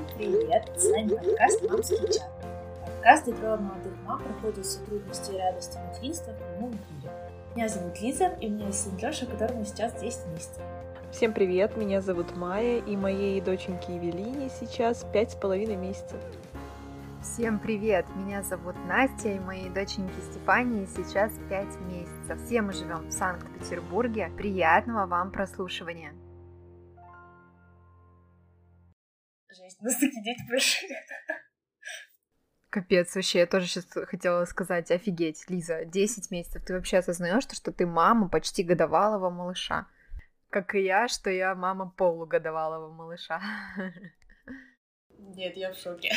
привет! С вами подкаст «Мамский чат». Подкаст, где трое молодых мам проходят все трудности и радости материнства в прямом эфире. Меня зовут Лиза, и у меня есть сын Лёша, которому сейчас 10 месяцев. Всем привет, меня зовут Майя, и моей доченьке Евелине сейчас 5,5 месяцев. Всем привет, меня зовут Настя, и моей доченьке Стефании сейчас 5 месяцев. Все мы живем в Санкт-Петербурге. Приятного вам прослушивания. Жесть, у нас такие дети большие. Капец, вообще, я тоже сейчас хотела сказать, офигеть, Лиза, 10 месяцев, ты вообще осознаешь, что ты мама почти годовалого малыша? Как и я, что я мама полугодовалого малыша. Нет, я в шоке.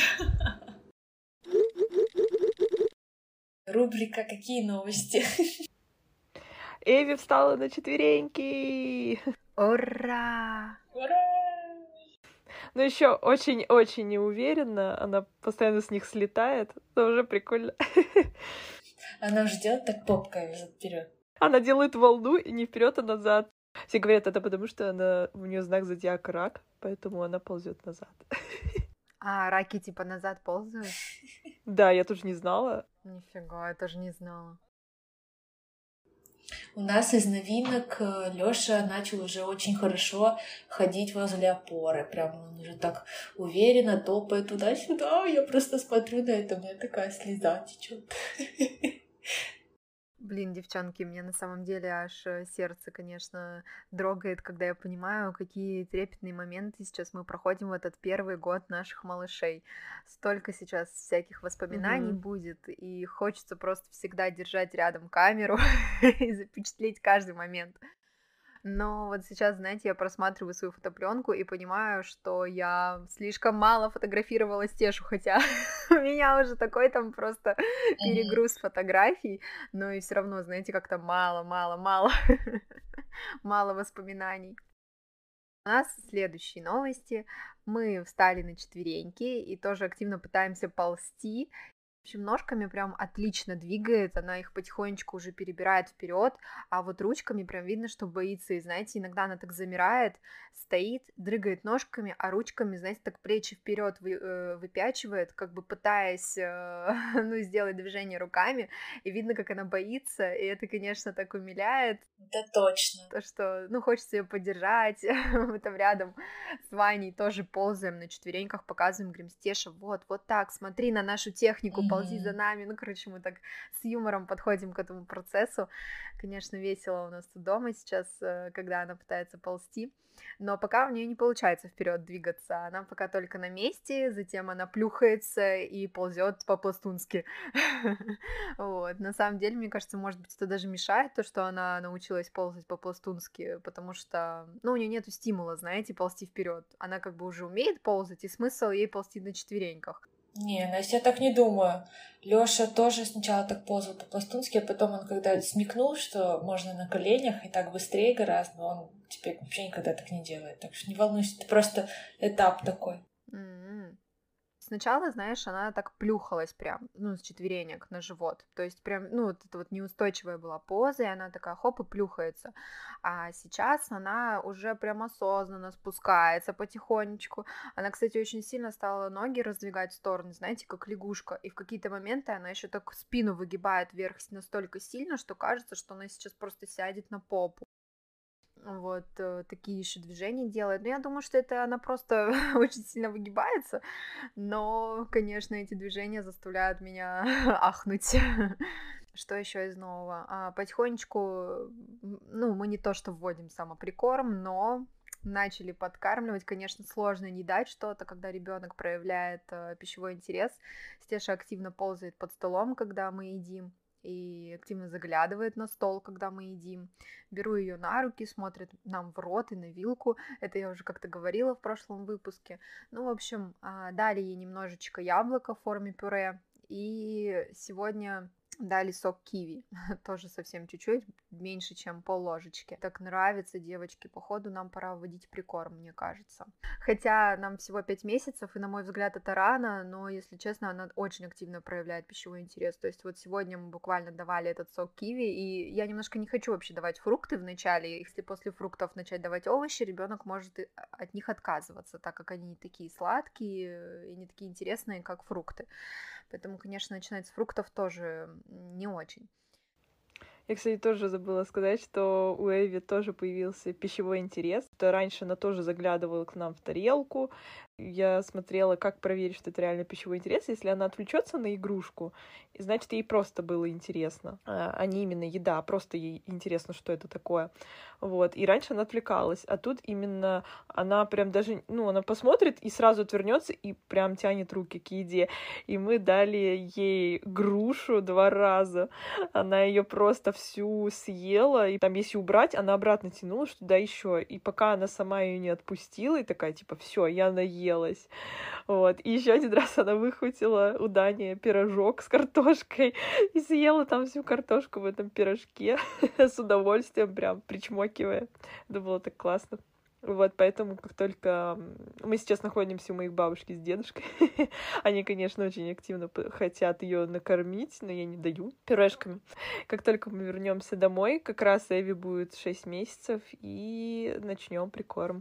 Рубрика «Какие новости?» Эви встала на четвереньки! Ура! Ура! Но еще очень-очень неуверенно, она постоянно с них слетает, но уже прикольно. Она уже делает так попкой вперед. Она делает волну и не вперед, а назад. Все говорят, это потому что у нее знак зодиака рак, поэтому она ползет назад. А раки типа назад ползают? Да, я тоже не знала. Нифига, я тоже не знала. У нас из новинок Лёша начал уже очень хорошо ходить возле опоры. Прям он уже так уверенно топает туда-сюда. Я просто смотрю на это, у меня такая слеза течет. Блин, девчонки, мне на самом деле аж сердце, конечно, дрогает, когда я понимаю, какие трепетные моменты сейчас мы проходим в этот первый год наших малышей. Столько сейчас всяких воспоминаний будет, и хочется просто всегда держать рядом камеру и запечатлеть каждый момент. Но вот сейчас, знаете, я просматриваю свою фотопленку и понимаю, что я слишком мало фотографировала Стешу, хотя у меня уже такой там просто перегруз фотографий, но и все равно, знаете, как-то мало воспоминаний. У нас следующие новости. Мы встали на четвереньки и тоже активно пытаемся ползти. В общем, ножками прям отлично двигает, она их потихонечку уже перебирает вперед, а вот ручками прям видно, что боится, и, знаете, иногда она так замирает, стоит, дрыгает ножками, а ручками, знаете, так плечи вперед выпячивает, как бы пытаясь, ну, сделать движение руками, и видно, как она боится, и это, конечно, так умиляет. Это точно. То, что, ну, хочется ее поддержать, мы там рядом с Ваней тоже ползаем на четвереньках, показываем, говорим, Стеша, вот так, смотри на нашу технику, ползи за нами, ну, короче, мы так с юмором подходим к этому процессу, конечно, весело у нас тут дома сейчас, когда она пытается ползти, но пока у нее не получается вперед двигаться, она пока только на месте, затем она плюхается и ползет по-пластунски, вот, на самом деле, мне кажется, может быть, это даже мешает то, что она научилась ползать по-пластунски, потому что, ну, у нее нету стимула, знаете, ползти вперед, она как бы уже умеет ползать, и смысл ей ползти на четвереньках. Не, Настя, я так не думаю. Лёша тоже сначала так ползал по-пластунски, а потом он когда смекнул, что можно на коленях и так быстрее гораздо, он теперь вообще никогда так не делает. Так что не волнуйся, это просто этап такой. Сначала, знаешь, она так плюхалась прям, ну, с четверенек на живот, то есть прям, ну, вот это вот неустойчивая была поза, и она такая хоп и плюхается, а сейчас она уже прям осознанно спускается потихонечку, она, кстати, очень сильно стала ноги раздвигать в стороны, знаете, как лягушка, и в какие-то моменты она еще так спину выгибает вверх настолько сильно, что кажется, что она сейчас просто сядет на попу. Вот такие еще движения делает. Но я думаю, что это она просто очень сильно выгибается. Но, конечно, эти движения заставляют меня ахнуть. Что еще из нового? Потихонечку, ну, мы не то что вводим самоприкорм, но начали подкармливать. Конечно, сложно не дать что-то, когда ребенок проявляет пищевой интерес. Стеша активно ползает под столом, когда мы едим, и активно заглядывает на стол, когда мы едим. Беру ее на руки, смотрит нам в рот и на вилку. Это я уже как-то говорила в прошлом выпуске. Ну, в общем, дали ей немножечко яблока в форме пюре. И сегодня Дали сок киви, тоже совсем чуть-чуть, меньше, чем пол-ложечки. Так нравится, девочки, походу нам пора вводить прикорм, мне кажется. Хотя нам всего 5 месяцев, и, на мой взгляд, это рано, но, если честно, она очень активно проявляет пищевой интерес. То есть вот сегодня мы буквально давали этот сок киви, и я немножко не хочу вообще давать фрукты в начале. Если после фруктов начать давать овощи, ребенок может от них отказываться, так как они не такие сладкие и не такие интересные, как фрукты. Поэтому, конечно, начинать с фруктов тоже не очень. Я, кстати, тоже забыла сказать, что у Эви тоже появился пищевой интерес. То раньше она тоже заглядывала к нам в тарелку. Я смотрела, как проверить, что это реально пищевой интерес. Если она отвлечется на игрушку, значит, ей просто было интересно. А не именно еда, а просто ей интересно, что это такое. Вот. И раньше она отвлекалась. А тут именно она прям даже, она посмотрит и сразу отвернется и прям тянет руки к еде. И мы дали ей грушу 2 раза. Она ее просто всю съела. И там, если убрать, она обратно тянула, что да еще. И пока она сама ее не отпустила, и такая, типа, все, я наелась. Вот. И еще один раз она выхватила у Дани пирожок с картошкой и съела там всю картошку в этом пирожке с удовольствием, прям причмокивая. Это было так классно. Вот, поэтому, как только мы сейчас находимся у моих бабушки с дедушкой, они, конечно, очень активно хотят ее накормить, но я не даю пюрешками. Как только мы вернемся домой, как раз Эви будет 6 месяцев, и начнем прикорм.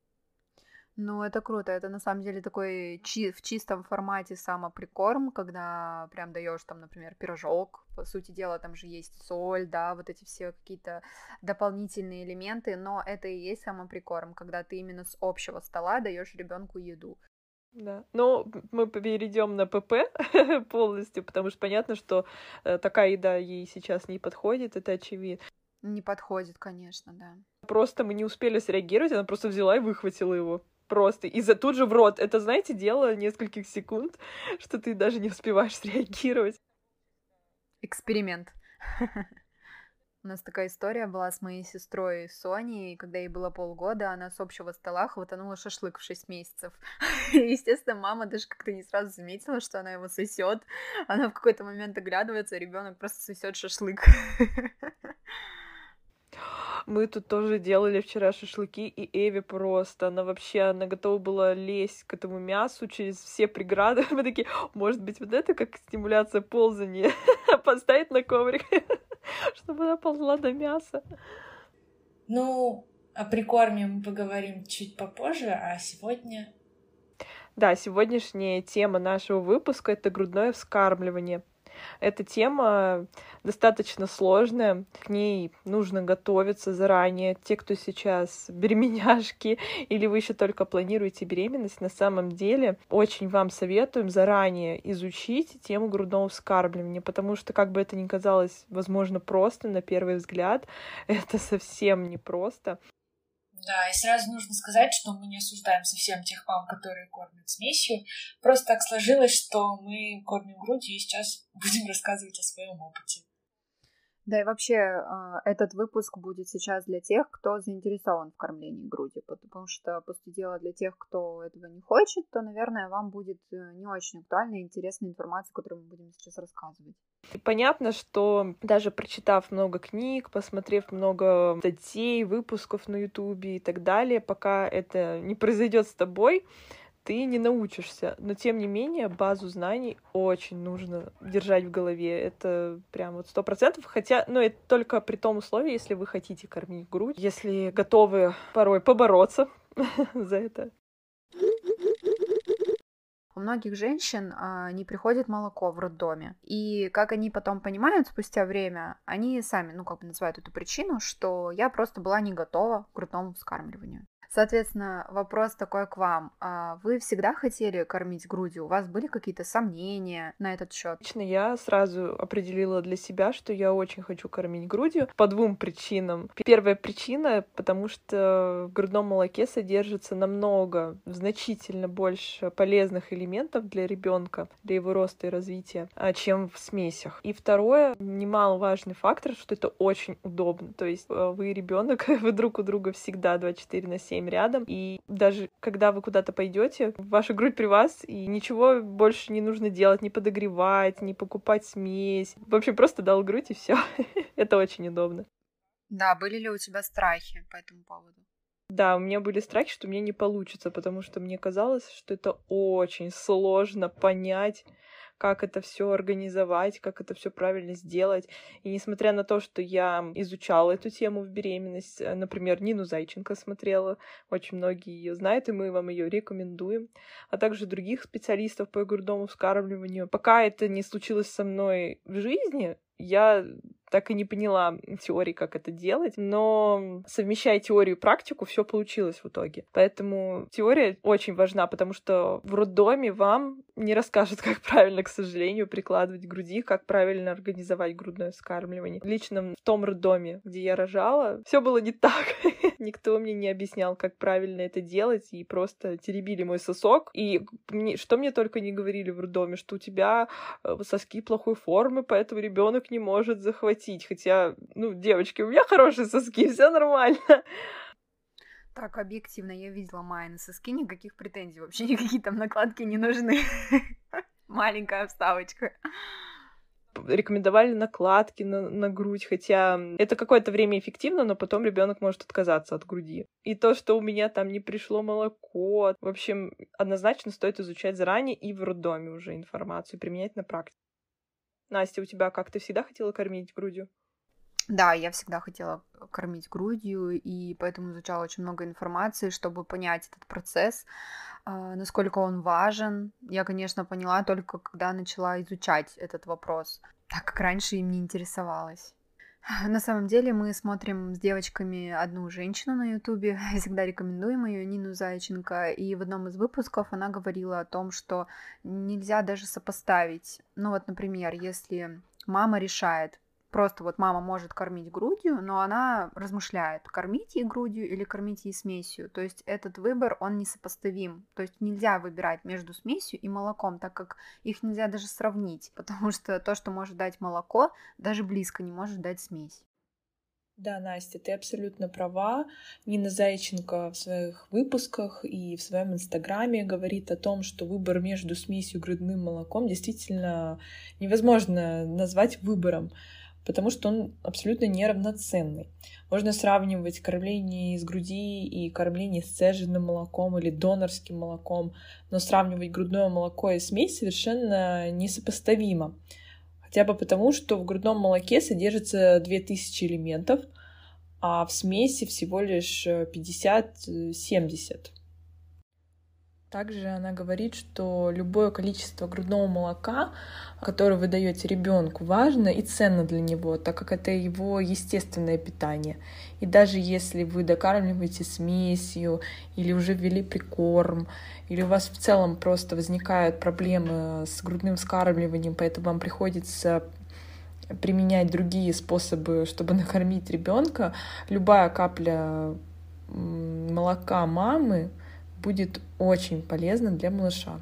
Ну, это круто. Это на самом деле такой в чистом формате самоприкорм, когда прям даешь там, например, пирожок. По сути дела, там же есть соль, да, вот эти все какие-то дополнительные элементы, но это и есть самоприкорм, когда ты именно с общего стола даешь ребенку еду. Да. Но мы перейдем на ПП полностью, потому что понятно, что такая еда ей сейчас не подходит, это очевидно. Не подходит, конечно, да. Просто мы не успели среагировать, она просто взяла и выхватила его. Просто. И тут же в рот. Это, знаете, дело нескольких секунд, что ты даже не успеваешь среагировать. Эксперимент. У нас такая история была с моей сестрой Соней, когда ей было полгода, она с общего стола хватанула шашлык в 6 месяцев. И, естественно, мама даже как-то не сразу заметила, что она его сосет. Она в какой-то момент оглядывается, а ребенок просто сосет шашлык. Мы тут тоже делали вчера шашлыки, и Эви просто, она готова была лезть к этому мясу через все преграды. Мы такие, может быть, вот это как стимуляция ползания, поставить на коврик, чтобы она ползла до мяса. Ну, о прикорме мы поговорим чуть попозже, а сегодня... Да, сегодняшняя тема нашего выпуска — это грудное вскармливание. Эта тема достаточно сложная, к ней нужно готовиться заранее. Те, кто сейчас беременяшки или вы еще только планируете беременность, на самом деле очень вам советуем заранее изучить тему грудного вскармливания, потому что, как бы это ни казалось, возможно, просто на первый взгляд, это совсем непросто. Да, и сразу нужно сказать, что мы не осуждаем совсем тех мам, которые кормят смесью. Просто так сложилось, что мы кормим грудью, и сейчас будем рассказывать о своем опыте. Да, и вообще этот выпуск будет сейчас для тех, кто заинтересован в кормлении грудью, потому что, после дела, для тех, кто этого не хочет, то, наверное, вам будет не очень актуальна и интересная информация, которую мы будем сейчас рассказывать. И понятно, что даже прочитав много книг, посмотрев много статей, выпусков на Ютубе и так далее, пока это не произойдет с тобой, ты не научишься. Но, тем не менее, базу знаний очень нужно держать в голове. Это прям вот 100%. Хотя, это только при том условии, если вы хотите кормить грудь, если готовы порой побороться за это. У многих женщин не приходит молоко в роддоме. И как они потом понимают спустя время, они сами, называют эту причину, что я просто была не готова к грудному вскармливанию. Соответственно, вопрос такой к вам. Вы всегда хотели кормить грудью? У вас были какие-то сомнения на этот счет? Лично я сразу определила для себя, что я очень хочу кормить грудью по 2 причинам. Первая причина, потому что в грудном молоке содержится значительно больше полезных элементов для ребенка, для его роста и развития, чем в смесях. И второе, немаловажный фактор, что это очень удобно. То есть вы и ребенок, вы друг у друга всегда 24/7 ним рядом. И даже когда вы куда-то пойдете, ваша грудь при вас, и ничего больше не нужно делать, не подогревать, не покупать смесь. В общем, просто дал грудь и все. Это очень удобно. Да, были ли у тебя страхи по этому поводу? Да, у меня были страхи, что мне не получится, потому что мне казалось, что это очень сложно понять, как это все организовать, как это все правильно сделать. И несмотря на то, что я изучала эту тему в беременность, например, Нину Зайченко смотрела, очень многие ее знают, и мы вам ее рекомендуем, а также других специалистов по грудному вскармливанию. Пока это не случилось со мной в жизни, я так и не поняла теории, как это делать, но совмещая теорию и практику, все получилось в итоге. Поэтому теория очень важна, потому что в роддоме вам не расскажут, как правильно, к сожалению, прикладывать к груди, как правильно организовать грудное вскармливание. Лично в том роддоме, где я рожала, все было не так. Никто мне не объяснял, как правильно это делать, и просто теребили мой сосок. И что мне только не говорили в роддоме, что у тебя соски плохой формы, поэтому ребенок не может захватить. Хотя, девочки, у меня хорошие соски, все нормально. Так, объективно, я видела Майины соски, никаких претензий, вообще никакие там накладки не нужны. Маленькая вставочка. Рекомендовали накладки на грудь, хотя это какое-то время эффективно, но потом ребенок может отказаться от груди. И то, что у меня там не пришло молоко, в общем, однозначно стоит изучать заранее и в роддоме уже информацию, применять на практике. Настя, у тебя как? Ты всегда хотела кормить грудью? Да, я всегда хотела кормить грудью, и поэтому изучала очень много информации, чтобы понять этот процесс, насколько он важен. Я, конечно, поняла только, когда начала изучать этот вопрос, так как раньше им не интересовалась. На самом деле мы смотрим с девочками одну женщину на Ютубе, всегда рекомендуем ее, Нину Зайченко, и в одном из выпусков она говорила о том, что нельзя даже сопоставить. Ну вот, например, если мама решает, просто вот мама может кормить грудью, но она размышляет, кормить ей грудью или кормить ей смесью. То есть этот выбор, он несопоставим. То есть нельзя выбирать между смесью и молоком, так как их нельзя даже сравнить, потому что то, что может дать молоко, даже близко не может дать смесь. Да, Настя, ты абсолютно права. Нина Зайченко в своих выпусках и в своем инстаграме говорит о том, что выбор между смесью и грудным молоком действительно невозможно назвать выбором, потому что он абсолютно неравноценный. Можно сравнивать кормление из груди и кормление с цеженным молоком или донорским молоком, но сравнивать грудное молоко и смесь совершенно несопоставимо. Хотя бы потому, что в грудном молоке содержится 2000 элементов, а в смеси всего лишь 50-70. Также она говорит, что любое количество грудного молока, которое вы даете ребенку, важно и ценно для него, так как это его естественное питание. И даже если вы докармливаете смесью или уже ввели прикорм, или у вас в целом просто возникают проблемы с грудным вскармливанием, поэтому вам приходится применять другие способы, чтобы накормить ребенка, любая капля молока мамы будет очень полезно для малыша.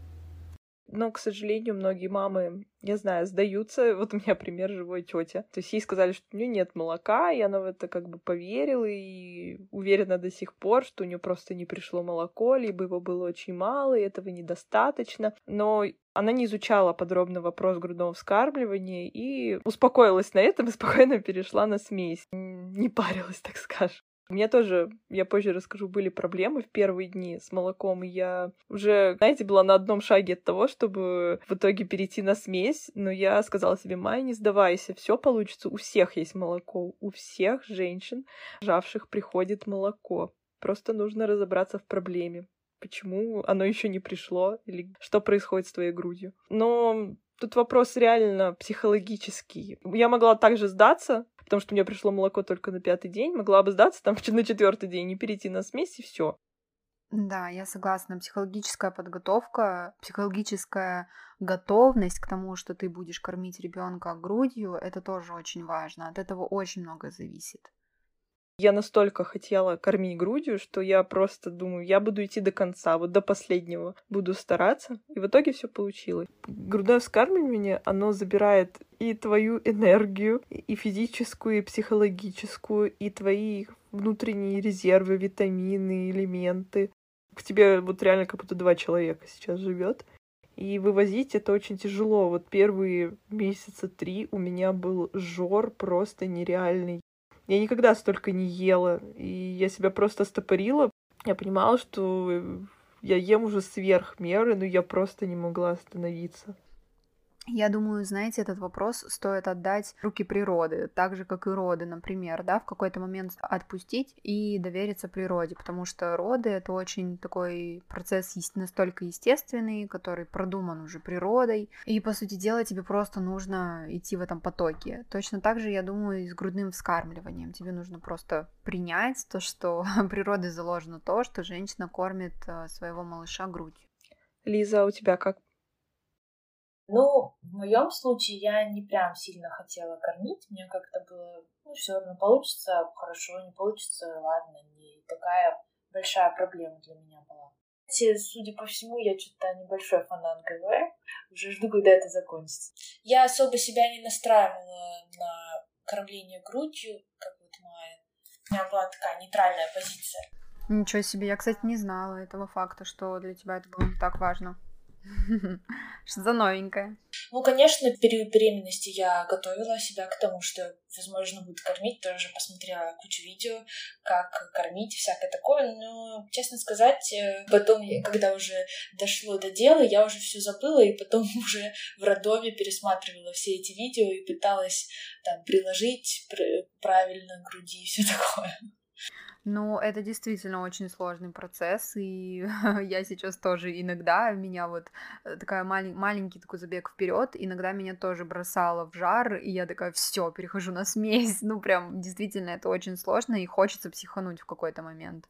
Но, к сожалению, многие мамы, я знаю, сдаются. Вот у меня пример живой тетя. То есть ей сказали, что у нее нет молока, и она в это как бы поверила и уверена до сих пор, что у нее просто не пришло молоко, либо его было очень мало, и этого недостаточно. Но она не изучала подробно вопрос грудного вскармливания и успокоилась на этом и спокойно перешла на смесь. Не парилась, так скажем. У меня тоже, я позже расскажу, были проблемы в первые дни с молоком, и я уже, знаете, была на одном шаге от того, чтобы в итоге перейти на смесь, но я сказала себе: Майя, не сдавайся, все получится, у всех есть молоко, у всех женщин, рожавших, приходит молоко. Просто нужно разобраться в проблеме, почему оно еще не пришло, или что происходит с твоей грудью. Но тут вопрос реально психологический. Я могла также сдаться, потому что у меня пришло молоко только на 5-й день, могла бы сдаться там на 4-й день и перейти на смесь, и все. Да, я согласна. Психологическая подготовка, психологическая готовность к тому, что ты будешь кормить ребенка грудью, это тоже очень важно. От этого очень много зависит. Я настолько хотела кормить грудью, что я просто думаю, я буду идти до конца, вот до последнего буду стараться. И в итоге все получилось. Грудное вскармливание, оно забирает и твою энергию, и физическую, и психологическую, и твои внутренние резервы, витамины, элементы. В тебе вот реально как будто 2 человека сейчас живет. И вывозить это очень тяжело. Вот первые месяца 3 у меня был жор просто нереальный. Я никогда столько не ела, и я себя просто стопорила. Я понимала, что я ем уже сверх меры, но я просто не могла остановиться. Я думаю, знаете, этот вопрос стоит отдать в руки природы, так же, как и роды, например, да, в какой-то момент отпустить и довериться природе, потому что роды — это очень такой процесс настолько естественный, который продуман уже природой, и, по сути дела, тебе просто нужно идти в этом потоке. Точно так же, я думаю, и с грудным вскармливанием. Тебе нужно просто принять то, что природой заложено то, что женщина кормит своего малыша грудью. Лиза, а у тебя как? Ну, в моем случае я не прям сильно хотела кормить. Мне как-то было, все равно получится, хорошо, не получится, ладно, не такая большая проблема для меня была. Судя по всему, я что-то небольшой фанат ГВ. Уже жду, когда это закончится. Я особо себя не настраивала на кормление грудью, как вот Майя. У меня была такая нейтральная позиция. Ничего себе, я, кстати, не знала этого факта, что для тебя это было не так важно. Что за новенькое? Ну, конечно, в период беременности я готовила себя к тому, что, возможно, буду кормить. Тоже посмотрела кучу видео, как кормить, всякое такое. Но, честно сказать, потом, когда уже дошло до дела, я уже все забыла, и потом уже в роддоме пересматривала все эти видео и пыталась там приложить правильно к груди и все такое. Ну, это действительно очень сложный процесс, и я сейчас тоже иногда, меня вот такая маленький такой забег вперед, иногда меня тоже бросало в жар, и я такая, все, перехожу на смесь, ну, прям, действительно, это очень сложно, и хочется психануть в какой-то момент.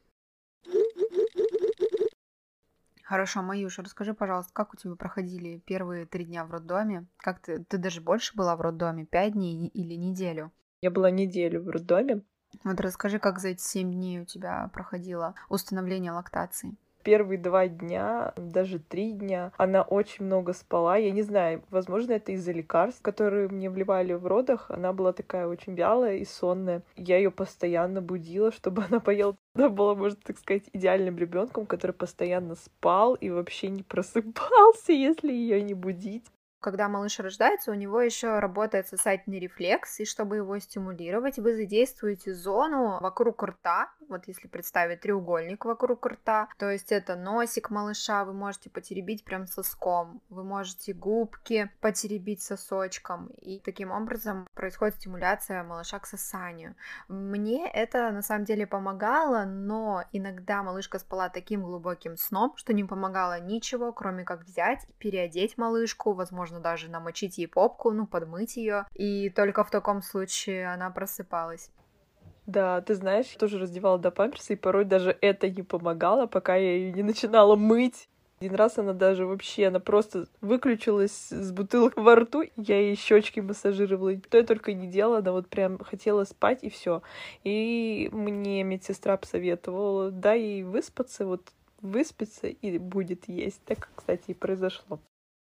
Хорошо, Маюша, расскажи, пожалуйста, как у тебя проходили первые 3 дня в роддоме? Как ты даже больше была в роддоме, 5 дней или неделю? Я была неделю в роддоме. Вот расскажи, как за эти 7 дней у тебя проходило установление лактации. Первые 2 дня, даже 3 дня, она очень много спала. Я не знаю, возможно, это из-за лекарств, которые мне вливали в родах. Она была такая очень вялая и сонная. Я ее постоянно будила, чтобы она поела. Она была, можно так сказать, идеальным ребенком, который постоянно спал и вообще не просыпался, если ее не будить. Когда малыш рождается, у него еще работает сосательный рефлекс, и чтобы его стимулировать, вы задействуете зону вокруг рта, вот если представить треугольник вокруг рта, то есть это носик малыша, вы можете потеребить прям соском, вы можете губки потеребить сосочком, и таким образом происходит стимуляция малыша к сосанию. Мне это на самом деле помогало, но иногда малышка спала таким глубоким сном, что не помогало ничего, кроме как взять, переодеть малышку, возможно, даже намочить ей попку, подмыть ее, и только в таком случае она просыпалась. Да, ты знаешь, я тоже раздевала до памперса, и порой даже это не помогало, пока я ее не начинала мыть. Один раз она просто выключилась с бутылок во рту, я ей щечки массажировала, что я только не делала, она вот прям хотела спать, и все. И мне медсестра посоветовала, дай ей выспаться, выспится и будет есть. Так, кстати, и произошло.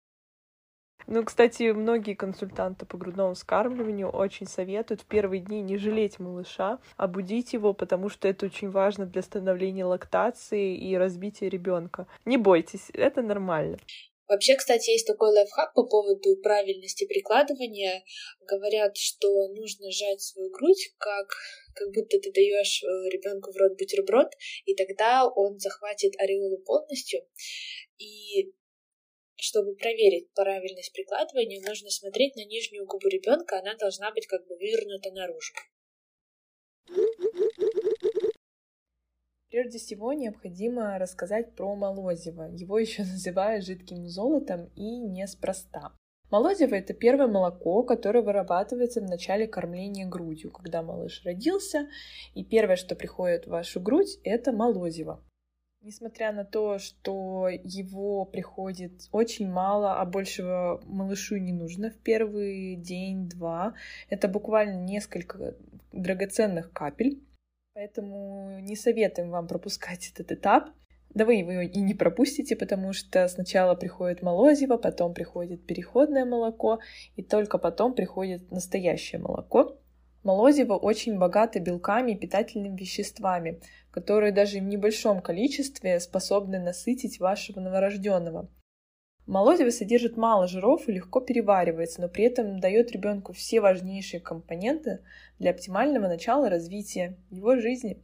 Ну, кстати, многие консультанты по грудному вскармливанию очень советуют в первые дни не жалеть малыша, а будить его, потому что это очень важно для становления лактации и развития ребенка. Не бойтесь, это нормально. Вообще, кстати, есть такой лайфхак по поводу правильности прикладывания. Говорят, что нужно сжать свою грудь, как будто ты даешь ребенку в рот бутерброд, и тогда он захватит ореолу полностью. И чтобы проверить правильность прикладывания, нужно смотреть на нижнюю губу ребенка, она должна быть вывернута наружу. Прежде всего необходимо рассказать про молозиво. Его еще называют жидким золотом, и неспроста. Молозиво — это первое молоко, которое вырабатывается в начале кормления грудью, когда малыш родился, и первое, что приходит в вашу грудь, это молозиво. Несмотря на то, что его приходит очень мало, а большего малышу не нужно в первый день-два, это буквально несколько драгоценных капель. Поэтому не советуем вам пропускать этот этап. Да вы его и не пропустите, потому что сначала приходит молозиво, потом приходит переходное молоко, и только потом приходит настоящее молоко. Молозиво очень богато белками и питательными веществами, которые даже в небольшом количестве способны насытить вашего новорожденного. Молозиво содержит мало жиров и легко переваривается, но при этом дает ребенку все важнейшие компоненты для оптимального начала развития его жизни.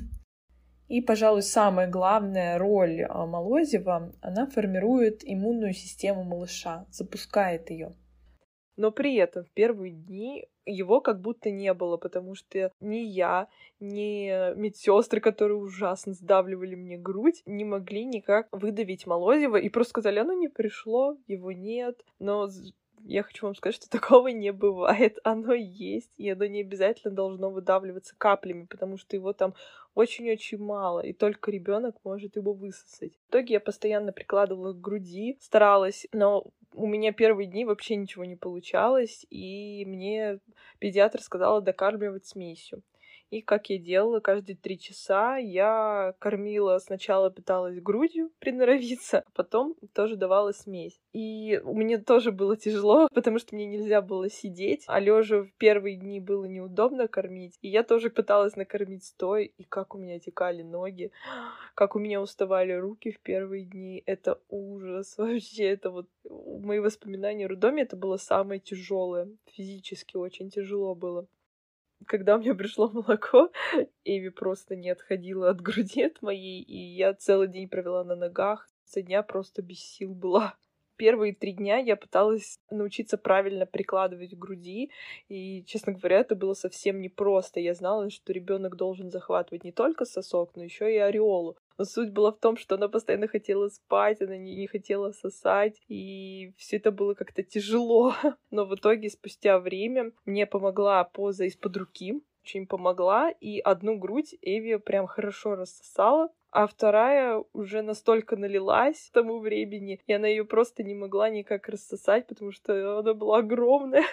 И, пожалуй, самая главная роль молозива, она формирует иммунную систему малыша, запускает ее. Но при этом в первые дни его как будто не было, потому что ни я, ни медсестры, которые ужасно сдавливали мне грудь, не могли никак выдавить молозиво и просто сказали, оно не пришло, его нет. Но я хочу вам сказать, что такого не бывает. Оно есть, и оно не обязательно должно выдавливаться каплями, потому что его там очень-очень мало, и только ребенок может его высосать. В итоге я постоянно прикладывала к груди, старалась, но у меня первые дни вообще ничего не получалось, и мне педиатр сказала докармливать смесью. И как я делала, каждые 3 часа я кормила, сначала пыталась грудью приноровиться, а потом тоже давала смесь. И мне тоже было тяжело, потому что мне нельзя было сидеть, а лежа в первые дни было неудобно кормить. И я тоже пыталась накормить стоя, и как у меня отекали ноги, как у меня уставали руки в первые дни. Это ужас вообще. Это вот мои воспоминания о роддоме, это было самое тяжелое. Физически очень тяжело было. Когда у меня пришло молоко, Эви просто не отходила от груди от моей, и я целый день провела на ногах. Со дня просто без сил была. Первые 3 дня я пыталась научиться правильно прикладывать к груди, и, честно говоря, это было совсем непросто. Я знала, что ребенок должен захватывать не только сосок, но еще и ореолу. Но суть была в том, что она постоянно хотела спать, она не хотела сосать, и все это было как-то тяжело. Но в итоге, спустя время, мне помогла поза из-под руки, очень помогла, и одну грудь Эви прям хорошо рассосала, а вторая уже настолько налилась к тому времени, и она ее просто не могла никак рассосать, потому что она была огромная.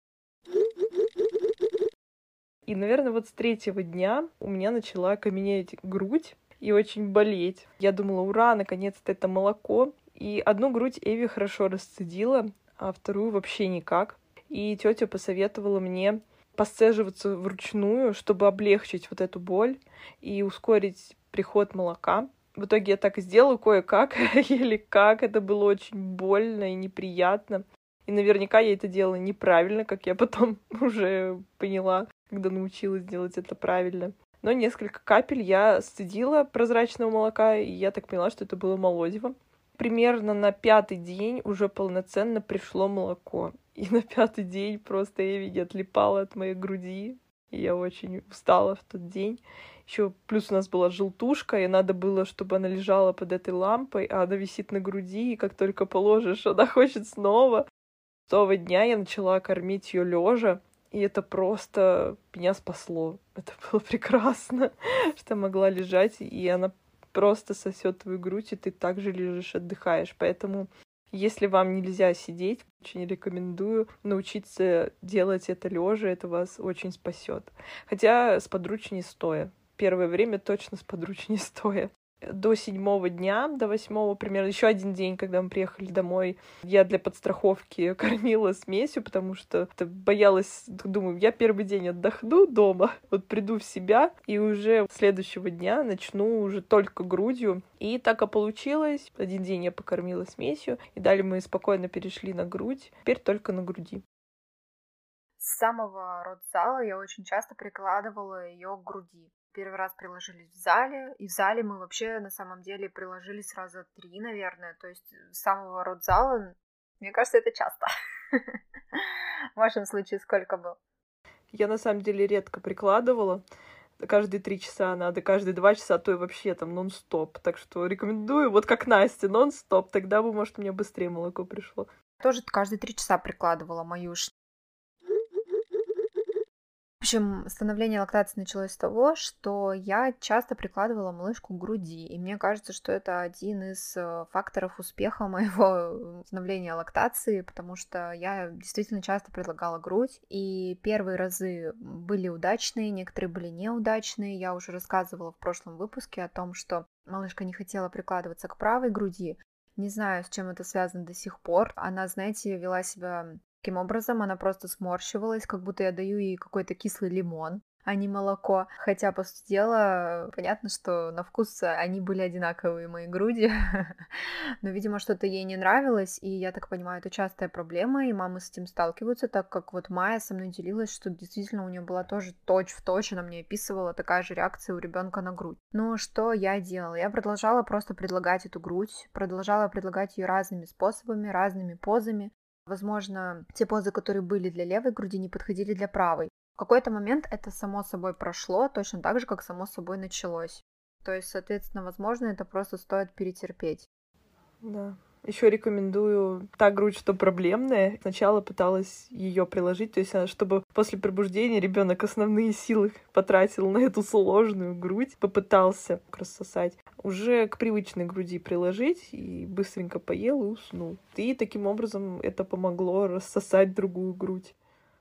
И, наверное, вот с 3-го дня у меня начала каменеть грудь и очень болеть. Я думала, ура, наконец-то это молоко. И одну грудь Эви хорошо расцедила, а вторую вообще никак. И тетя посоветовала мне посцеживаться вручную, чтобы облегчить вот эту боль и ускорить приход молока. В итоге я так и сделала кое-как, еле как. Это было очень больно и неприятно. И наверняка я это делала неправильно, как я потом уже поняла, когда научилась делать это правильно. Но несколько капель я сцедила прозрачного молока, и я так поняла, что это было молозиво. Примерно на 5-й день уже полноценно пришло молоко. И на 5-й день просто Эви не отлипала от моей груди. И я очень устала в тот день. Еще плюс у нас была желтушка, и надо было, чтобы она лежала под этой лампой, а она висит на груди, и как только положишь, она хочет снова. С того дня я начала кормить ее лежа, и это просто меня спасло. Это было прекрасно, что могла лежать, и она просто сосет твою грудь, и ты также лежишь, отдыхаешь. Поэтому, если вам нельзя сидеть, очень рекомендую научиться делать это лежа, это вас очень спасет. Хотя с подручней стоя. Первое время точно с подручней стоя. До 7-го дня, до 8-го примерно, еще один день, когда мы приехали домой, я для подстраховки кормила смесью, потому что боялась, думаю, я первый день отдохну дома, вот приду в себя, и уже с следующего дня начну уже только грудью. И так и получилось. Один день я покормила смесью, и далее мы спокойно перешли на грудь, теперь только на груди. С самого родзала я очень часто прикладывала ее к груди. Первый раз приложились в зале, и в зале мы вообще на самом деле приложились раза 3, наверное. То есть с самого родзала, мне кажется, это часто. В вашем случае сколько было? Я на самом деле редко прикладывала. Каждые 3 часа надо, каждые 2 часа, а то и вообще там нон-стоп. Так что рекомендую, вот как Настя, нон-стоп. Тогда бы, может, у меня быстрее молоко пришло. Тоже каждые 3 часа прикладывала мою. В общем, становление лактации началось с того, что я часто прикладывала малышку к груди, и мне кажется, что это один из факторов успеха моего становления лактации, потому что я действительно часто предлагала грудь, и первые разы были удачные, некоторые были неудачные. Я уже рассказывала в прошлом выпуске о том, что малышка не хотела прикладываться к правой груди. Не знаю, с чем это связано до сих пор. Она, знаете, вела себя таким образом, она просто сморщивалась, как будто я даю ей какой-то кислый лимон, а не молоко. Хотя, по сути дела, понятно, что на вкус они были одинаковые, мои груди. Но, видимо, что-то ей не нравилось, и я так понимаю, это частая проблема, и мамы с этим сталкиваются, так как вот Майя со мной делилась, что действительно у нее была тоже точь-в-точь, она мне описывала такая же реакция у ребенка на грудь. Ну, что я делала? Я продолжала просто предлагать эту грудь, продолжала предлагать ее разными способами, разными позами. Возможно, те позы, которые были для левой груди, не подходили для правой. В какой-то момент это само собой прошло, точно так же, как само собой началось. То есть, соответственно, возможно, это просто стоит перетерпеть. Да. Еще рекомендую та грудь, что проблемная. Сначала пыталась ее приложить, то есть чтобы после пробуждения ребенок основные силы потратил на эту сложную грудь, попытался рассосать. Уже к привычной груди приложить и быстренько поел и уснул. И таким образом это помогло рассосать другую грудь.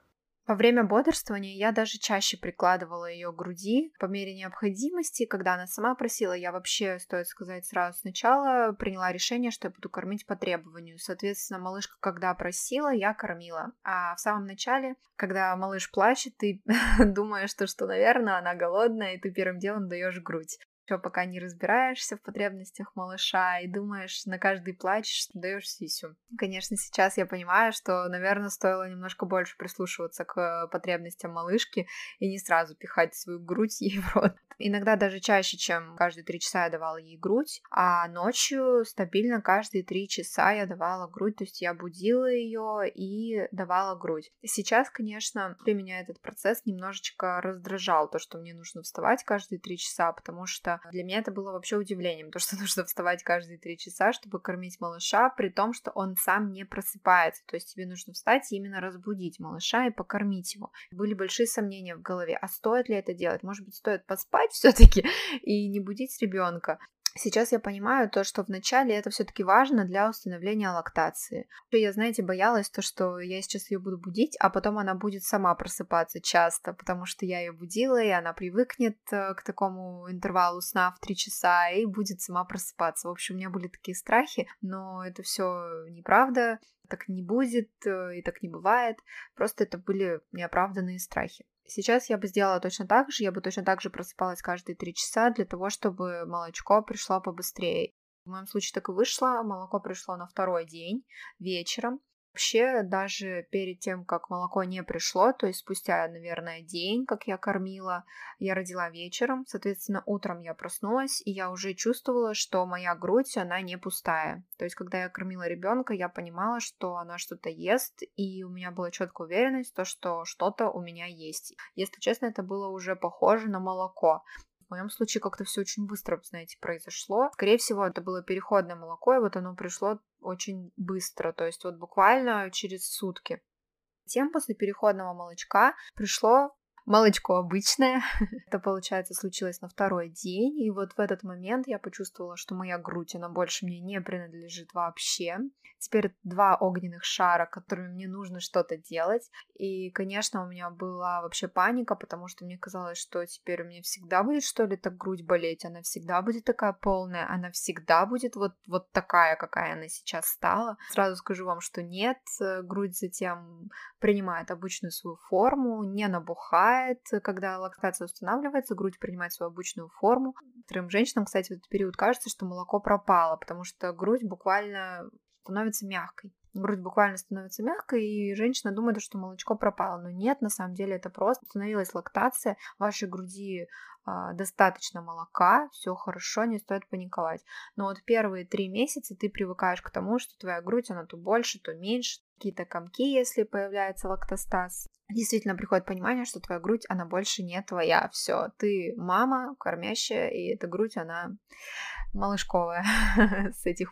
Во время бодрствования я даже чаще прикладывала ее к груди по мере необходимости, когда она сама просила. Я вообще, стоит сказать сразу сначала, приняла решение, что я буду кормить по требованию. Соответственно, малышка, когда просила, я кормила. А в самом начале, когда малыш плачет, ты думаешь, что, наверное, она голодная, и ты первым делом даешь грудь. Еще пока не разбираешься в потребностях малыша и думаешь на каждый плач, что даешь сисю. Конечно, сейчас я понимаю, что, наверное, стоило немножко больше прислушиваться к потребностям малышки и не сразу пихать свою грудь ей в рот. Иногда даже чаще, чем каждые 3 часа я давала ей грудь, а ночью стабильно каждые 3 часа я давала грудь, то есть я будила ее и давала грудь. Сейчас, конечно, для меня этот процесс немножечко раздражал, то, что мне нужно вставать каждые 3 часа, потому что для меня это было вообще удивлением, то, что нужно вставать каждые 3 часа, чтобы кормить малыша, при том, что он сам не просыпается, то есть тебе нужно встать и именно разбудить малыша и покормить его. Были большие сомнения в голове, а стоит ли это делать? Может быть, стоит поспать все-таки и не будить ребенка? Сейчас я понимаю то, что вначале это все-таки важно для установления лактации. Я, знаете, боялась то, что я сейчас ее буду будить, а потом она будет сама просыпаться часто, потому что я ее будила, и она привыкнет к такому интервалу сна в 3 часа и будет сама просыпаться. В общем, у меня были такие страхи, но это все неправда, так не будет и так не бывает. Просто это были неоправданные страхи. Сейчас я бы сделала точно так же, я бы точно так же просыпалась каждые 3 часа для того, чтобы молочко пришло побыстрее. В моем случае так и вышло, молоко пришло на 2-й день вечером. Вообще, даже перед тем, как молоко не пришло, то есть спустя, наверное, день, как я кормила, я родила вечером, соответственно, утром я проснулась, и я уже чувствовала, что моя грудь, она не пустая. То есть, когда я кормила ребенка, я понимала, что она что-то ест, и у меня была четкая уверенность, то, что что-то у меня есть. Если честно, это было уже похоже на молоко. В моем случае как-то все очень быстро, знаете, произошло. Скорее всего, это было переходное молоко, и вот оно пришло очень быстро, то есть вот буквально через сутки. Затем после переходного молочка пришло молочко обычное. Это, получается, случилось на 2-й день, и вот в этот момент я почувствовала, что моя грудь, она больше мне не принадлежит вообще. Теперь 2 огненных шара, которыми мне нужно что-то делать. И, конечно, у меня была вообще паника, потому что мне казалось, что теперь у меня всегда будет, что ли, так грудь болеть, она всегда будет такая полная, она всегда будет вот такая, какая она сейчас стала. Сразу скажу вам, что нет, грудь затем принимает обычную свою форму, не набухает. Когда лактация устанавливается, грудь принимает свою обычную форму. Некоторым женщинам, кстати, в этот период кажется, что молоко пропало, потому что грудь буквально становится мягкой. Грудь буквально становится мягкой, и женщина думает, что молочко пропало. Но нет, на самом деле это просто установилась лактация, в вашей груди достаточно молока, все хорошо, не стоит паниковать. Но вот первые 3 месяца ты привыкаешь к тому, что твоя грудь, она то больше, то меньше, какие-то комки, если появляется лактостаз. Действительно приходит понимание, что твоя грудь, она больше не твоя. Все, ты мама, кормящая, и эта грудь, она малышковая с этих пор.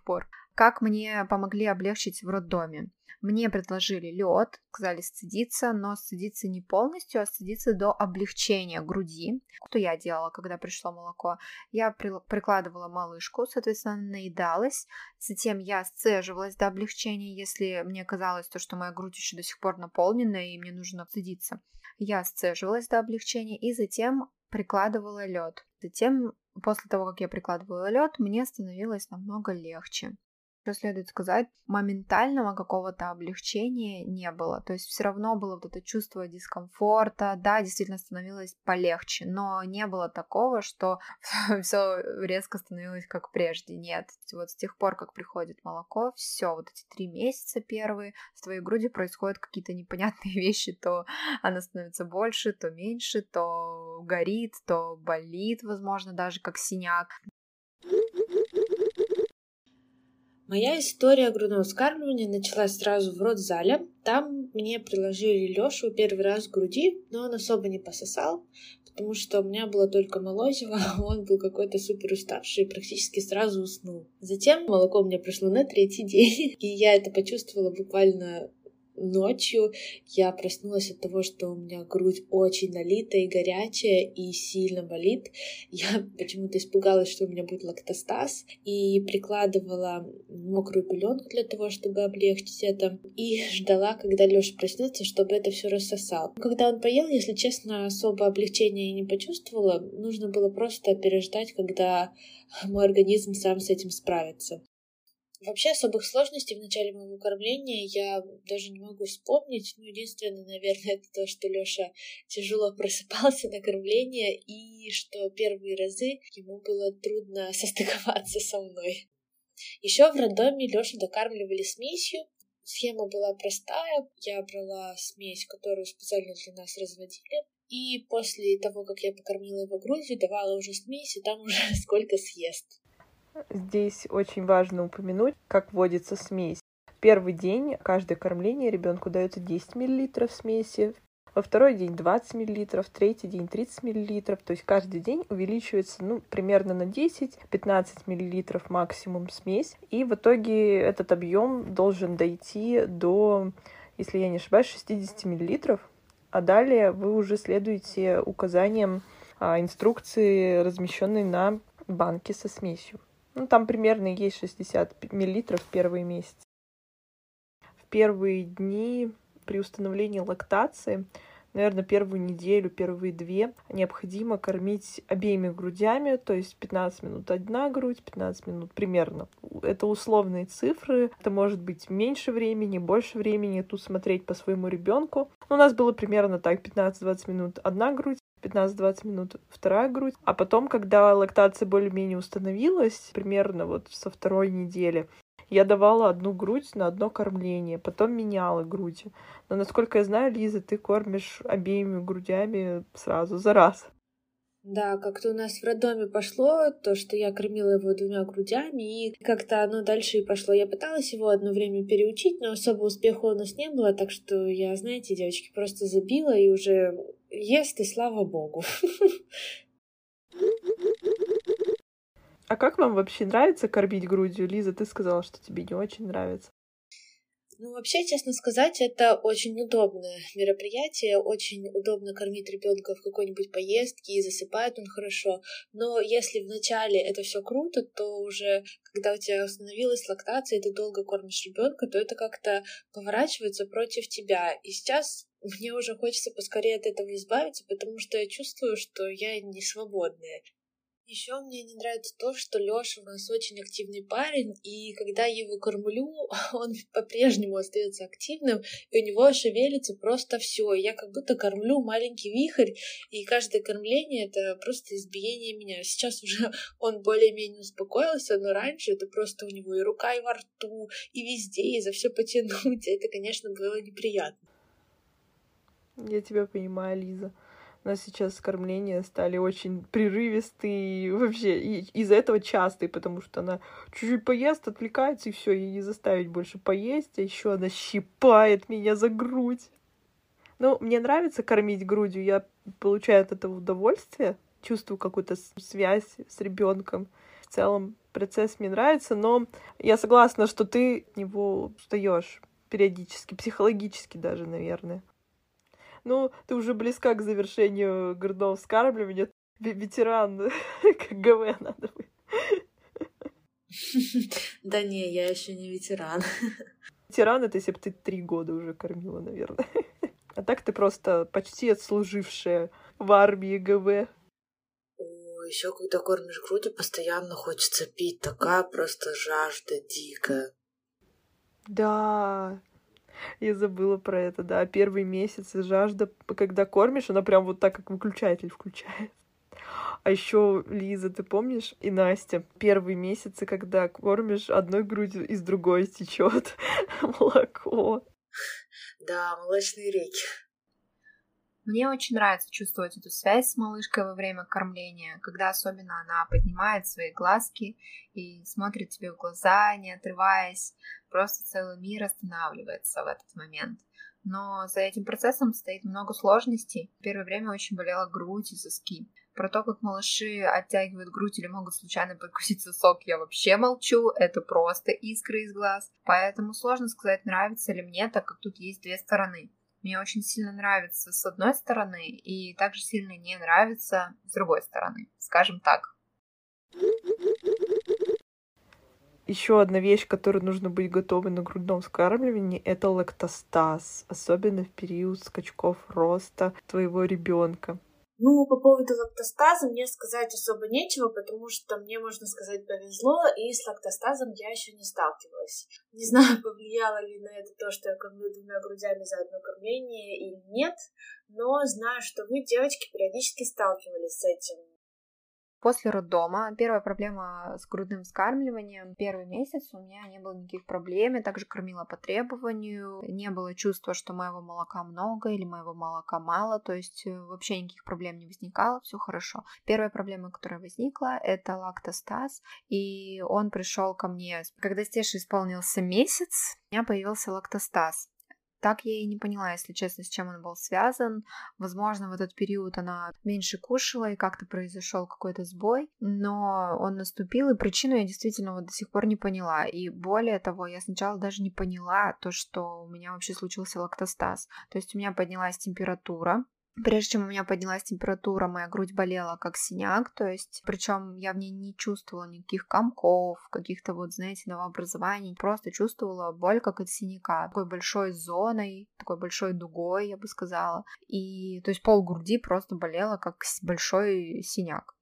Как мне помогли облегчить в роддоме? Мне предложили лед, сказали сцедиться, но сцедиться не полностью, а сцедиться до облегчения груди. Что я делала, когда пришло молоко? Я прикладывала малышку, соответственно, наедалась. Затем я сцеживалась до облегчения, если мне казалось, что моя грудь еще до сих пор наполнена и мне нужно сцедиться. Я сцеживалась до облегчения и затем прикладывала лед. Затем, после того, как я прикладывала лед, мне становилось намного легче. Что следует сказать, моментального какого-то облегчения не было. То есть все равно было вот это чувство дискомфорта, да, действительно становилось полегче, но не было такого, что все резко становилось как прежде. Нет, вот с тех пор, как приходит молоко, все, вот эти 3 месяца первые с твоей грудью происходят какие-то непонятные вещи, то она становится больше, то меньше, то горит, то болит, возможно, даже как синяк. Моя история грудного вскармливания началась сразу в родзале. Там мне приложили Лёшу первый раз к груди, но он особо не пососал, потому что у меня было только молозиво, а он был какой-то супер уставший и практически сразу уснул. Затем молоко мне пришло на 3-й день, и я это почувствовала буквально ночью. Я проснулась от того, что у меня грудь очень налитая и горячая, и сильно болит. Я почему-то испугалась, что у меня будет лактостаз, и прикладывала мокрую пеленку для того, чтобы облегчить это, и ждала, когда Лёша проснется, чтобы это все рассосал. Когда он поел, если честно, особо облегчения я не почувствовала. Нужно было просто переждать, когда мой организм сам с этим справится. Вообще особых сложностей в начале моего кормления я даже не могу вспомнить. Единственное, наверное, это то, что Лёша тяжело просыпался на кормление и что первые разы ему было трудно состыковаться со мной. Еще в роддоме Лёшу докармливали смесью. Схема была простая. Я брала смесь, которую специально для нас разводили. И после того, как я покормила его грудью, давала уже смесь, и там уже сколько съест. Здесь очень важно упомянуть, как вводится смесь. В первый день каждое кормление ребенку дается 10 мл смеси, во второй день 20 мл, в третий день 30 мл. То есть каждый день увеличивается примерно на 10-15 мл максимум смесь. И в итоге этот объем должен дойти до, если я не ошибаюсь, 60 мл. А далее вы уже следуете указаниям инструкции, размещенной на банке со смесью. Там примерно есть 60 мл в первые месяцы. В первые дни при установлении лактации, наверное, первую неделю, первые 2, необходимо кормить обеими грудями, то есть 15 минут одна грудь, 15 минут примерно. Это условные цифры, это может быть меньше времени, больше времени, тут смотреть по своему ребенку. У нас было примерно так, 15-20 минут одна грудь, 15-20 минут вторая грудь. А потом, когда лактация более-менее установилась, примерно вот со 2-й недели, я давала одну грудь на одно кормление, потом меняла грудь. Но, насколько я знаю, Лиза, ты кормишь обеими грудями сразу, за раз. Да, как-то у нас в роддоме пошло то, что я кормила его 2 грудями, и как-то оно дальше и пошло. Я пыталась его одно время переучить, но особо успеха у нас не было, так что я, знаете, девочки, просто забила и уже ест, и слава богу. А как вам вообще нравится кормить грудью? Лиза, ты сказала, что тебе не очень нравится. Вообще, честно сказать, это очень удобное мероприятие, очень удобно кормить ребенка в какой-нибудь поездке, и засыпает он хорошо. Но если вначале это все круто, то уже, когда у тебя установилась лактация, и ты долго кормишь ребенка, то это как-то поворачивается против тебя. И сейчас мне уже хочется поскорее от этого избавиться, потому что я чувствую, что я не свободная. Еще мне не нравится то, что Лёша у нас очень активный парень, и когда я его кормлю, он по-прежнему остается активным, и у него шевелится просто все. Я как будто кормлю маленький вихрь, и каждое кормление — это просто избиение меня. Сейчас уже он более-менее успокоился, но раньше это просто у него и рука, и во рту, и везде, и за все потянуть. Это, конечно, было неприятно. Я тебя понимаю, Лиза. У нас сейчас кормления стали очень прерывистые, и вообще из-за этого частые, потому что она чуть-чуть поест, отвлекается, и все, ей не заставить больше поесть, а еще она щипает меня за грудь. Мне нравится кормить грудью, я получаю от этого удовольствие, чувствую какую-то связь с ребенком. целом процесс мне нравится, но я согласна, что ты от него устаешь периодически, психологически даже, наверное. Ну, ты уже близка к завершению грудного вскармливания. Ветеран, как ГВ надо быть. Да не, я еще не ветеран. Ветеран — это если бы ты 3 года уже кормила, наверное. А так ты просто почти отслужившая в армии ГВ. Еще когда кормишь грудью, постоянно хочется пить. Такая просто жажда дикая. Да, я забыла про это, да. Первый месяц жажда, когда кормишь, она прям вот так, как выключатель включает. А еще Лиза, ты помнишь, и Настя, первые месяцы, когда кормишь одной грудью, из другой течет молоко. Да, молочные реки. Мне очень нравится чувствовать эту связь с малышкой во время кормления, когда особенно она поднимает свои глазки и смотрит тебе в глаза, не отрываясь, просто целый мир останавливается в этот момент. Но за этим процессом стоит много сложностей. В первое время очень болела грудь и соски. Про то, как малыши оттягивают грудь или могут случайно прикусить сосок, я вообще молчу, это просто искры из глаз. Поэтому сложно сказать, нравится ли мне, так как тут есть две стороны. Мне очень сильно нравится с одной стороны, и также сильно не нравится с другой стороны, скажем так. Еще одна вещь, к которой нужно быть готовой на грудном вскармливании, это лактостаз, особенно в период скачков роста твоего ребенка. Ну, по поводу лактостаза мне сказать особо нечего, потому что мне, можно сказать, повезло, и с лактостазом я еще не сталкивалась. Не знаю, повлияло ли на это то, что я кормлю 2 грудями за одно кормление или нет, но знаю, что вы, девочки, периодически сталкивались с этим. После роддома первая проблема с грудным вскармливанием. Первый месяц у меня не было никаких проблем, я также кормила по требованию, не было чувства, что моего молока много или моего молока мало, то есть вообще никаких проблем не возникало, все хорошо. Первая проблема, которая возникла, это лактостаз, и он пришел ко мне, когда Стеше исполнился месяц, у меня появился лактостаз. Так я и не поняла, если честно, с чем он был связан. Возможно, в этот период она меньше кушала, и как-то произошел какой-то сбой, но он наступил, и причину я действительно вот до сих пор не поняла. И более того, я сначала даже не поняла то, что у меня вообще случился лактостаз. То есть у меня поднялась температура. Прежде чем у меня поднялась температура, моя грудь болела как синяк, то есть, причем я в ней не чувствовала никаких комков, каких-то вот, знаете, новообразований, просто чувствовала боль как от синяка, такой большой зоной, такой большой дугой, я бы сказала, и, то есть, пол груди просто болела как большой синяк.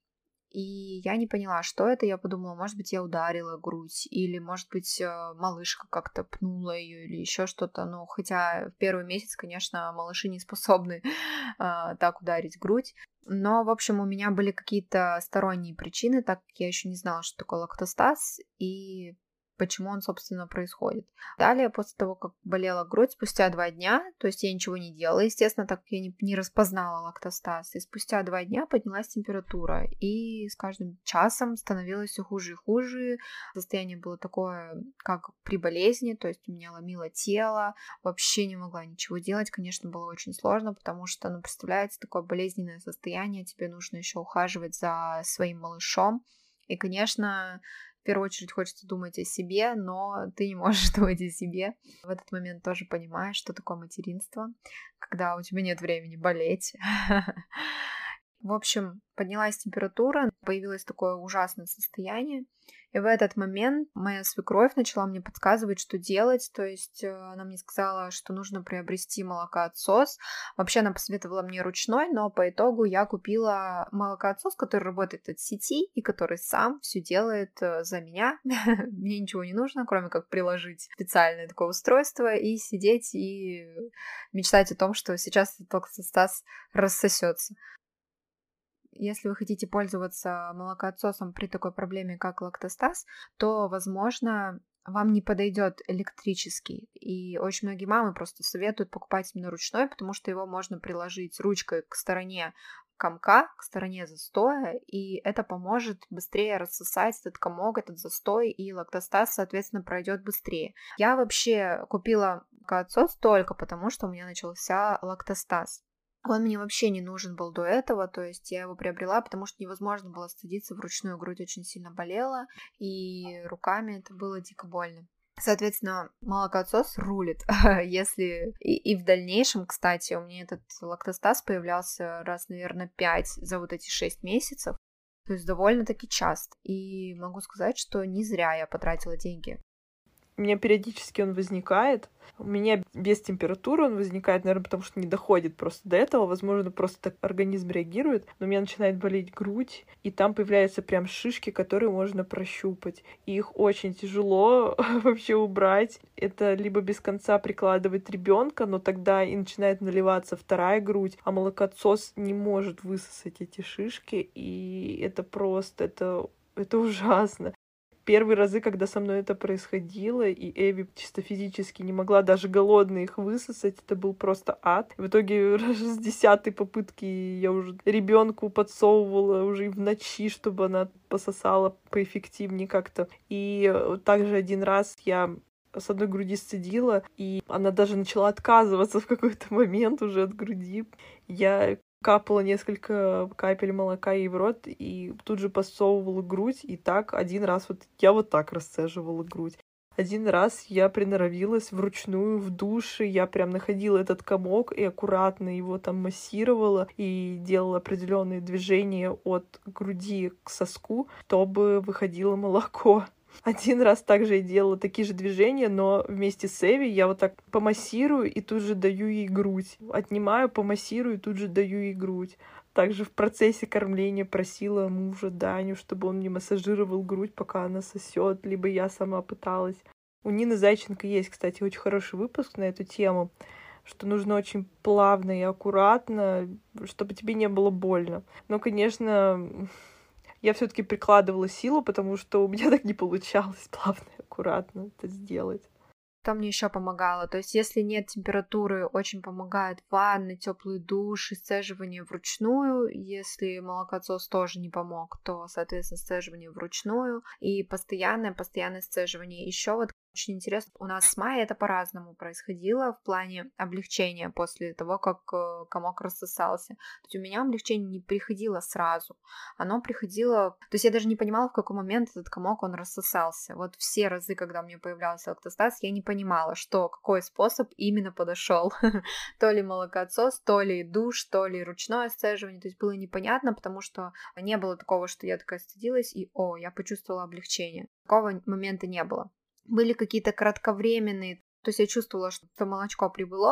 И я не поняла, что это. Я подумала, может быть, я ударила грудь, или, может быть, малышка как-то пнула ее, или еще что-то. Ну, хотя в первый месяц, конечно, малыши не способны так ударить грудь. Но, в общем, у меня были какие-то сторонние причины, так как я еще не знала, что такое лактостаз, и почему он, собственно, происходит. Далее, после того, как болела грудь, спустя 2 дня, то есть я ничего не делала, естественно, так как я не распознала лактостаз, и спустя 2 дня поднялась температура, и с каждым часом становилось все хуже и хуже, состояние было такое, как при болезни, то есть у меня ломило тело, вообще не могла ничего делать, конечно, было очень сложно, потому что, ну, представляете, такое болезненное состояние, тебе нужно еще ухаживать за своим малышом, и, конечно, в первую очередь хочется думать о себе, но ты не можешь думать о себе. В этот момент тоже понимаешь, что такое материнство, когда у тебя нет времени болеть. В общем, поднялась температура, появилось такое ужасное состояние. И в этот момент моя свекровь начала мне подсказывать, что делать. То есть она мне сказала, что нужно приобрести молокоотсос. Вообще она посоветовала мне ручной, но по итогу я купила молокоотсос, который работает от сети и который сам все делает за меня. Мне ничего не нужно, кроме как приложить специальное такое устройство и сидеть и мечтать о том, что сейчас этот лактостаз рассосется. Если вы хотите пользоваться молокоотсосом при такой проблеме, как лактостаз, то, возможно, вам не подойдет электрический. И очень многие мамы просто советуют покупать именно ручной, потому что его можно приложить ручкой к стороне комка, к стороне застоя, и это поможет быстрее рассосать этот комок, этот застой, и лактостаз, соответственно, пройдет быстрее. Я вообще купила молокоотсос только потому, что у меня начался лактостаз. Он мне вообще не нужен был до этого, то есть я его приобрела, потому что невозможно было садиться вручную, грудь очень сильно болела, и руками это было дико больно. Соответственно, молокоотсос рулит. Если и в дальнейшем, кстати, у меня этот лактостаз появлялся раз, наверное, 5 за вот эти 6 месяцев, то есть довольно-таки часто. И могу сказать, что не зря я потратила деньги. У меня периодически он возникает. У меня без температуры он возникает, наверное, потому что не доходит просто до этого. Возможно, просто так организм реагирует. Но у меня начинает болеть грудь, и там появляются прям шишки, которые можно прощупать. И их очень тяжело вообще убрать. Это либо без конца прикладывать ребенка, но тогда и начинает наливаться вторая грудь, а молокоотсос не может высосать эти шишки, и это просто, это ужасно. Первые разы, когда со мной это происходило, и Эви чисто физически не могла даже голодной их высосать, это был просто ад. В итоге с 10-й попытки я уже ребенку подсовывала уже и в ночи, чтобы она пососала поэффективнее как-то. И также один раз я с одной груди сцедила, и она даже начала отказываться в какой-то момент уже от груди. Я капала несколько капель молока ей в рот и тут же подсовывала грудь, и так один раз вот я вот так расцеживала грудь. Один раз я приноровилась вручную в душе, я прям находила этот комок и аккуратно его там массировала и делала определенные движения от груди к соску, чтобы выходило молоко. Один раз также я делала такие же движения, но вместе с Эви я вот так помассирую и тут же даю ей грудь. Отнимаю, помассирую и тут же даю ей грудь. Также в процессе кормления просила мужа Даню, чтобы он мне массажировал грудь, пока она сосет, либо я сама пыталась. У Нины Зайченко есть, кстати, очень хороший выпуск на эту тему, что нужно очень плавно и аккуратно, чтобы тебе не было больно. Но, конечно, я все-таки прикладывала силу, потому что у меня так не получалось плавно и аккуратно это сделать. Что мне еще помогало? То есть, если нет температуры, очень помогает ванны, теплый душ и сцеживание вручную. Если молокоотсос тоже не помог, то, соответственно, сцеживание вручную и постоянное сцеживание. Еще вот очень интересно, у нас с Майей это по-разному происходило в плане облегчения после того, как комок рассосался. То есть у меня облегчение не приходило сразу, оно приходило... То есть я даже не понимала, в какой момент этот комок, он рассосался. Вот все разы, когда у меня появлялся лактостаз, я не понимала, какой способ именно подошел. То ли молокоотсос, то ли душ, то ли ручное сцеживание. То есть было непонятно, потому что не было такого, что я такая стыдилась и, я почувствовала облегчение. Такого момента не было. Были какие-то кратковременные, то есть я чувствовала, что молочко прибыло,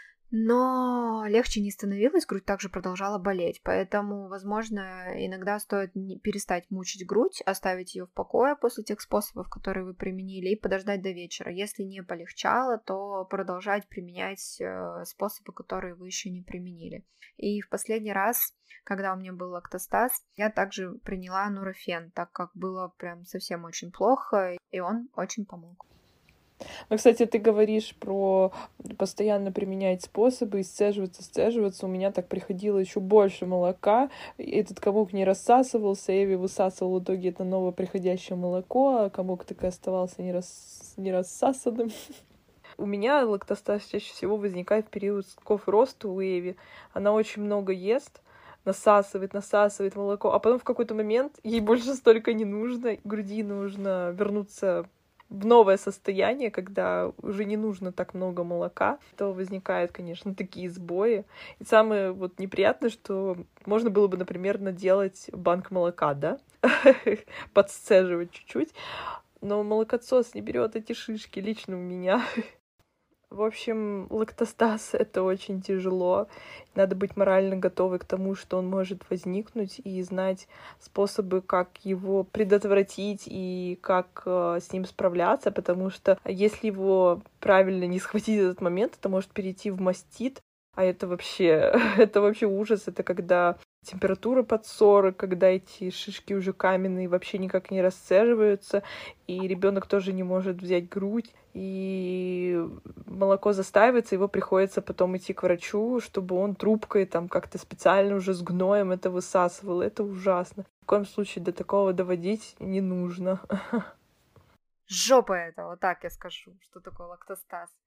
но легче не становилось, грудь также продолжала болеть, поэтому, возможно, иногда стоит перестать мучить грудь, оставить ее в покое после тех способов, которые вы применили, и подождать до вечера. Если не полегчало, то продолжать применять способы, которые вы еще не применили. И в последний раз, когда у меня был лактостаз, я также приняла нурофен, так как было прям совсем очень плохо, и он очень помог. Ну, кстати, ты говоришь про постоянно применять способы и сцеживаться. У меня так приходило еще больше молока. Этот комок не рассасывался, Эви высасывал в итоге это новое приходящее молоко, а комок так и оставался не рассасанным. У меня лактостаз чаще всего возникает в период скоков роста у Эви. Она очень много ест, насасывает молоко, а потом в какой-то момент ей больше столько не нужно. Груди нужно вернуться в новое состояние, когда уже не нужно так много молока, то возникают, конечно, такие сбои. И самое вот неприятное, что можно было бы, например, наделать банк молока, да, подсцеживать чуть-чуть, но молокоотсос не берет эти шишки лично у меня. В общем, лактостаз — это очень тяжело. Надо быть морально готовой к тому, что он может возникнуть, и знать способы, как его предотвратить и как с ним справляться, потому что если его правильно не схватить в этот момент, это может перейти в мастит, а это вообще ужас. Это когда температура под 40, когда эти шишки уже каменные, вообще никак не расцеживаются, и ребенок тоже не может взять грудь, и молоко застаивается, его приходится потом идти к врачу, чтобы он трубкой там как-то специально уже с гноем это высасывал. Это ужасно. В коем случае до такого доводить не нужно. Жопа это, вот так я скажу, что такое лактостаз.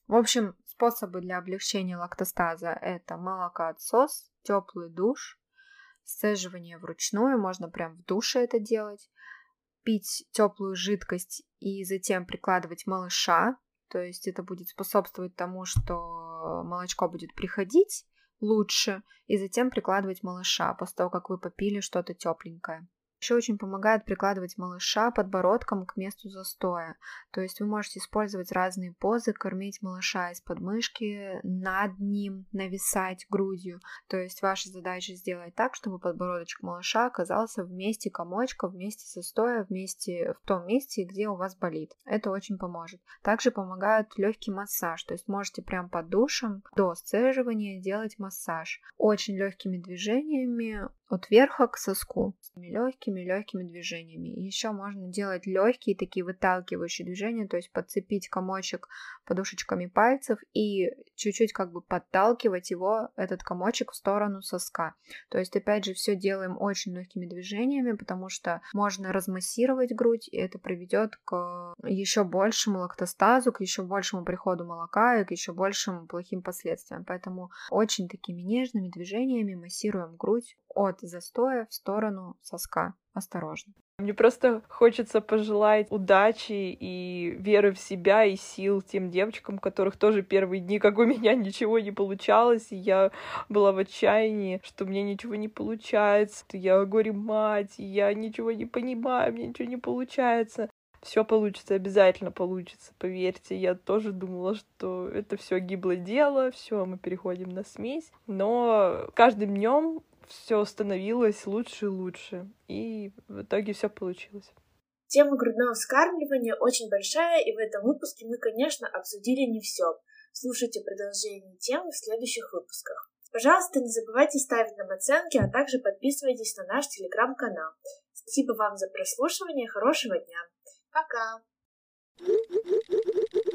В общем, способы для облегчения лактостаза — это молокоотсос, теплый душ, сцеживание вручную, можно прям в душе это делать, пить теплую жидкость и затем прикладывать малыша, то есть это будет способствовать тому, что молочко будет приходить лучше, и затем прикладывать малыша после того, как вы попили что-то тепленькое. Еще очень помогает прикладывать малыша подбородком к месту застоя. То есть вы можете использовать разные позы, кормить малыша из подмышки, над ним нависать грудью. То есть ваша задача сделать так, чтобы подбородочек малыша оказался в месте комочка, в месте застоя, в том месте, где у вас болит. Это очень поможет. Также помогает легкий массаж. То есть можете прям под душем до сцеживания делать массаж. Очень легкими движениями от верха к соску. Легкими движениями. Еще можно делать легкие такие выталкивающие движения, то есть подцепить комочек подушечками пальцев и чуть-чуть как бы подталкивать его, этот комочек, в сторону соска. То есть опять же все делаем очень легкими движениями, потому что можно размассировать грудь, и это приведет к еще большему лактостазу, к еще большему приходу молока и к еще большим плохим последствиям. Поэтому очень такими нежными движениями массируем грудь от застоя в сторону соска. Осторожно. Мне просто хочется пожелать удачи и веры в себя и сил тем девочкам, у которых тоже первые дни, как у меня, ничего не получалось, и я была в отчаянии, что у меня ничего не получается, что я горе-мать, и я ничего не понимаю, мне ничего не получается. Все получится, обязательно получится, поверьте. Я тоже думала, что это все гиблое дело, все, мы переходим на смесь. Но каждым днем все становилось лучше и лучше. И в итоге все получилось. Тема грудного вскармливания очень большая, и в этом выпуске мы, конечно, обсудили не все. Слушайте продолжение темы в следующих выпусках. Пожалуйста, не забывайте ставить нам оценки, а также подписывайтесь на наш телеграм-канал. Спасибо вам за прослушивание, хорошего дня. Пока!